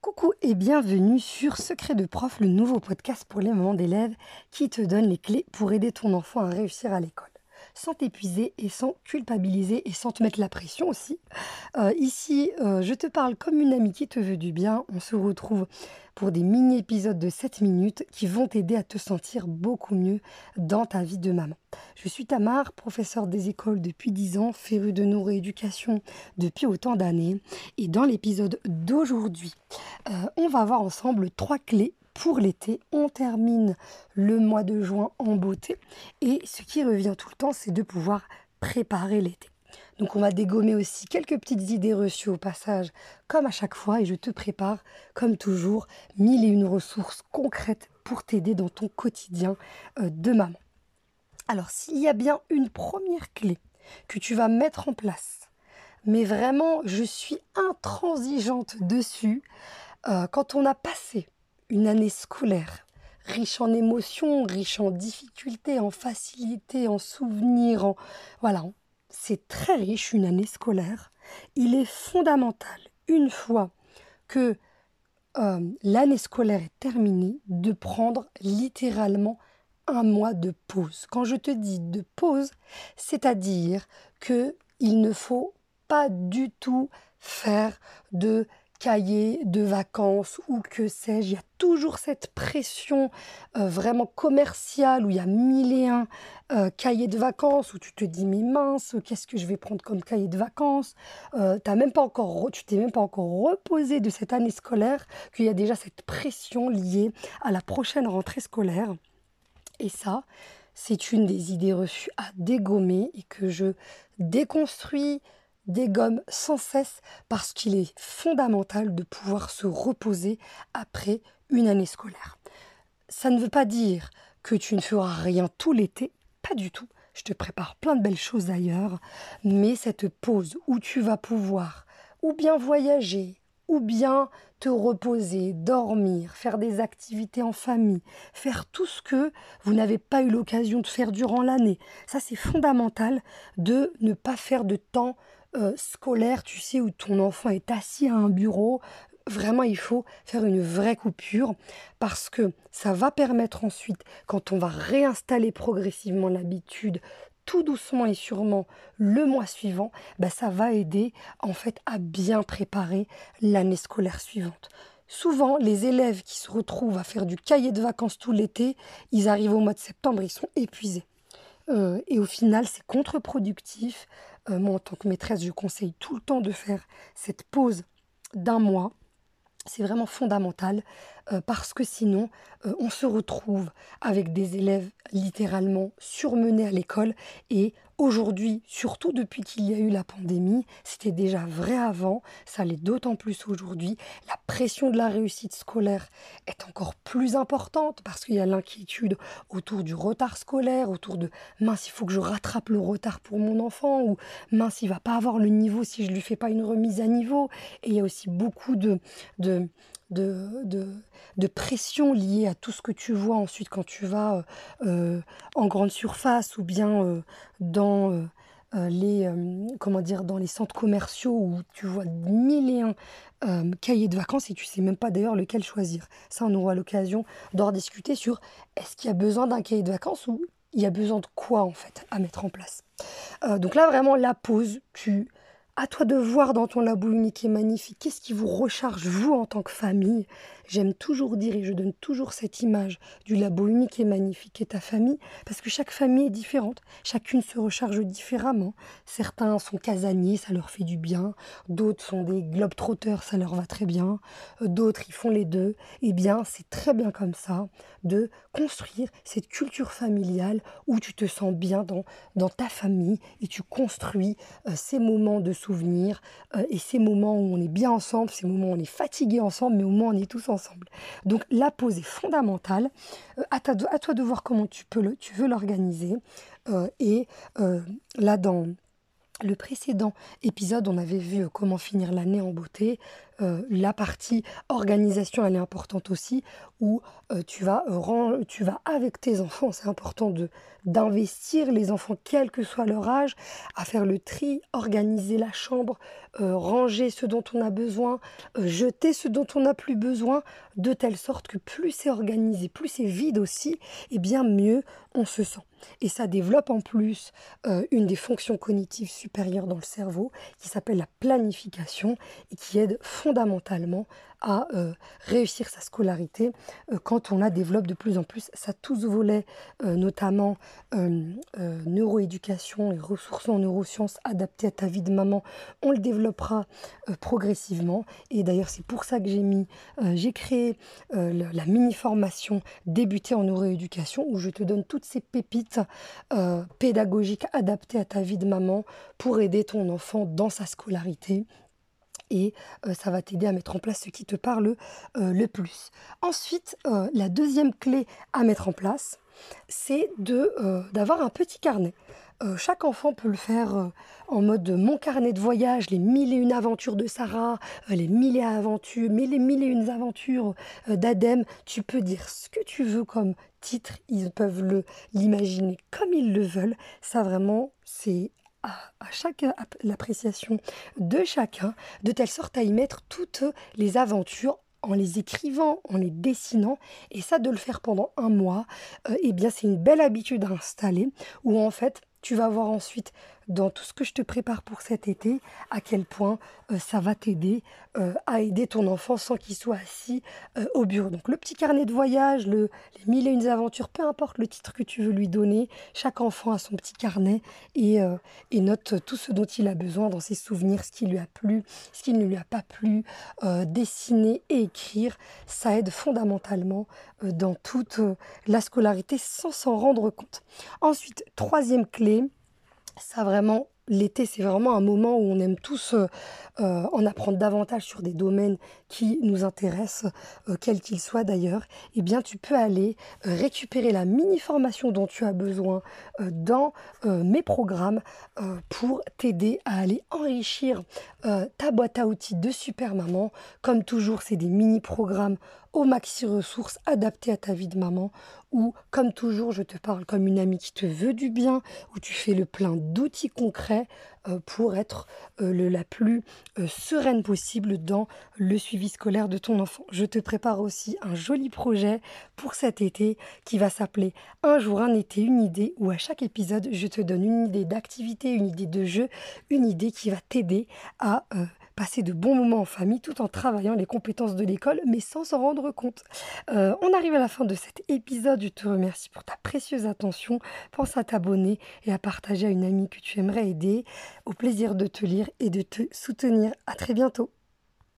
Coucou et bienvenue sur Secret de Prof, le nouveau podcast pour les mamans d'élèves qui te donne les clés pour aider ton enfant à réussir à l'école, sans t'épuiser et sans culpabiliser et sans te mettre la pression aussi. Ici, je te parle comme une amie qui te veut du bien. On se retrouve pour des mini-épisodes de 7 minutes qui vont t'aider à te sentir beaucoup mieux dans ta vie de maman. Je suis Tamar, professeure des écoles depuis 10 ans, férue de neuroéducation depuis autant d'années. Et dans l'épisode d'aujourd'hui, on va voir ensemble 3 clés pour l'été. On termine le mois de juin en beauté. Et ce qui revient tout le temps, c'est de pouvoir préparer l'été. Donc on va dégommer aussi quelques petites idées reçues au passage, comme à chaque fois, et je te prépare, comme toujours, 1001 ressources concrètes pour t'aider dans ton quotidien de maman. Alors s'il y a bien une première clé que tu vas mettre en place, mais vraiment je suis intransigeante dessus, quand on a passé une année scolaire riche en émotions, riche en difficultés, en facilités, en souvenirs, voilà, c'est très riche une année scolaire. Il est fondamental, une fois que l'année scolaire est terminée, de prendre littéralement un mois de pause. Quand je te dis de pause, c'est-à-dire qu'il ne faut pas du tout faire de cahier de vacances ou que sais-je. Il y a toujours cette pression vraiment commerciale où il y a 1001 cahiers de vacances où tu te dis mais mince, qu'est-ce que je vais prendre comme cahier de vacances, tu t'es même pas encore reposé de cette année scolaire, qu'il y a déjà cette pression liée à la prochaine rentrée scolaire. Et ça, c'est une des idées reçues à dégommer et que je déconstruis, dégomme sans cesse parce qu'il est fondamental de pouvoir se reposer après une année scolaire. Ça ne veut pas dire que tu ne feras rien tout l'été, pas du tout. Je te prépare plein de belles choses ailleurs, mais cette pause où tu vas pouvoir ou bien voyager, ou bien te reposer, dormir, faire des activités en famille, faire tout ce que vous n'avez pas eu l'occasion de faire durant l'année. Ça, c'est fondamental de ne pas faire de temps scolaire, tu sais, où ton enfant est assis à un bureau. Vraiment, il faut faire une vraie coupure parce que ça va permettre ensuite, quand on va réinstaller progressivement l'habitude, tout doucement et sûrement le mois suivant, ça va aider en fait à bien préparer l'année scolaire suivante. Souvent, les élèves qui se retrouvent à faire du cahier de vacances tout l'été, ils arrivent au mois de septembre, ils sont épuisés. Et au final, c'est contre-productif. Moi, en tant que maîtresse, je conseille tout le temps de faire cette pause d'un mois. C'est vraiment fondamental parce que sinon, on se retrouve avec des élèves littéralement surmenés à l'école. Et aujourd'hui, surtout depuis qu'il y a eu la pandémie, c'était déjà vrai avant, ça l'est d'autant plus aujourd'hui. La pression de la réussite scolaire est encore plus importante parce qu'il y a l'inquiétude autour du retard scolaire, autour de mince, il faut que je rattrape le retard pour mon enfant, ou mince, il va pas avoir le niveau si je lui fais pas une remise à niveau. Et il y a aussi beaucoup de pression liée à tout ce que tu vois ensuite quand tu vas en grande surface ou bien dans dans les centres commerciaux où tu vois 1001 cahiers de vacances et tu sais même pas d'ailleurs lequel choisir. Ça, on aura l'occasion d'en discuter sur est-ce qu'il y a besoin d'un cahier de vacances ou il y a besoin de quoi en fait à mettre en place. Donc là, vraiment, la pause, à toi de voir dans ton labo unique et magnifique, qu'est-ce qui vous recharge, vous, en tant que famille. J'aime toujours dire, et je donne toujours cette image du labo unique et magnifique et ta famille, parce que chaque famille est différente. Chacune se recharge différemment. Certains sont casaniers, ça leur fait du bien. D'autres sont des globetrotters, ça leur va très bien. D'autres, ils font les deux. Eh bien, c'est très bien comme ça de construire cette culture familiale où tu te sens bien dans ta famille et tu construis ces moments de souvenirs et ces moments où on est bien ensemble, ces moments où on est fatigué ensemble, mais au moins on est tous ensemble. Donc la pause est fondamentale. À toi de voir comment tu veux l'organiser. Là, dans le précédent épisode, on avait vu comment finir l'année en beauté. La partie organisation, elle est importante aussi, où tu vas avec tes enfants, c'est important d'investir les enfants, quel que soit leur âge, à faire le tri, organiser la chambre, ranger ce dont on a besoin, jeter ce dont on n'a plus besoin, de telle sorte que plus c'est organisé, plus c'est vide aussi, et bien mieux on se sent. Et ça développe en plus une des fonctions cognitives supérieures dans le cerveau qui s'appelle la planification et qui aide fondamentalement à réussir sa scolarité quand on la développe de plus en plus. Ça tous volets, notamment neuroéducation et ressources en neurosciences adaptées à ta vie de maman, on le développera progressivement. Et d'ailleurs, c'est pour ça que j'ai créé la mini-formation débutée en neuroéducation où je te donne toutes ces pépites pédagogiques adaptées à ta vie de maman pour aider ton enfant dans sa scolarité. Et ça va t'aider à mettre en place ce qui te parle le plus. Ensuite, la deuxième clé à mettre en place, c'est d'avoir un petit carnet. Chaque enfant peut le faire en mode mon carnet de voyage, les 1001 aventures de Sarah, les 1001 aventures d'Adem. Tu peux dire ce que tu veux comme titre, ils peuvent l'imaginer comme ils le veulent. Ça vraiment, c'est l'appréciation de chacun, de telle sorte à y mettre toutes les aventures en les écrivant, en les dessinant, et ça de le faire pendant un mois, eh bien c'est une belle habitude à installer, où en fait tu vas voir ensuite dans tout ce que je te prépare pour cet été, à quel point ça va t'aider à aider ton enfant sans qu'il soit assis au bureau. Donc le petit carnet de voyage, les 1001 aventures, peu importe le titre que tu veux lui donner, chaque enfant a son petit carnet et note tout ce dont il a besoin dans ses souvenirs, ce qui lui a plu, ce qui ne lui a pas plu, dessiner et écrire, ça aide fondamentalement dans toute la scolarité sans s'en rendre compte. Ensuite, troisième clé, ça vraiment, l'été, c'est vraiment un moment où on aime tous en apprendre davantage sur des domaines qui nous intéressent, quels qu'ils soient d'ailleurs. Eh bien, tu peux aller récupérer la mini-formation dont tu as besoin dans mes programmes pour t'aider à aller enrichir ta boîte à outils de Super Maman. Comme toujours, c'est des mini-programmes au maxi ressources adaptés à ta vie de maman où, comme toujours, je te parle comme une amie qui te veut du bien, où tu fais le plein d'outils concrets pour être la plus sereine possible dans le suivi scolaire de ton enfant. Je te prépare aussi un joli projet pour cet été qui va s'appeler Un jour, un été, une idée, où à chaque épisode, je te donne une idée d'activité, une idée de jeu, une idée qui va t'aider à passer de bons moments en famille tout en travaillant les compétences de l'école, mais sans s'en rendre compte. On arrive à la fin de cet épisode. Je te remercie pour ta précieuse attention. Pense à t'abonner et à partager à une amie que tu aimerais aider. Au plaisir de te lire et de te soutenir. À très bientôt.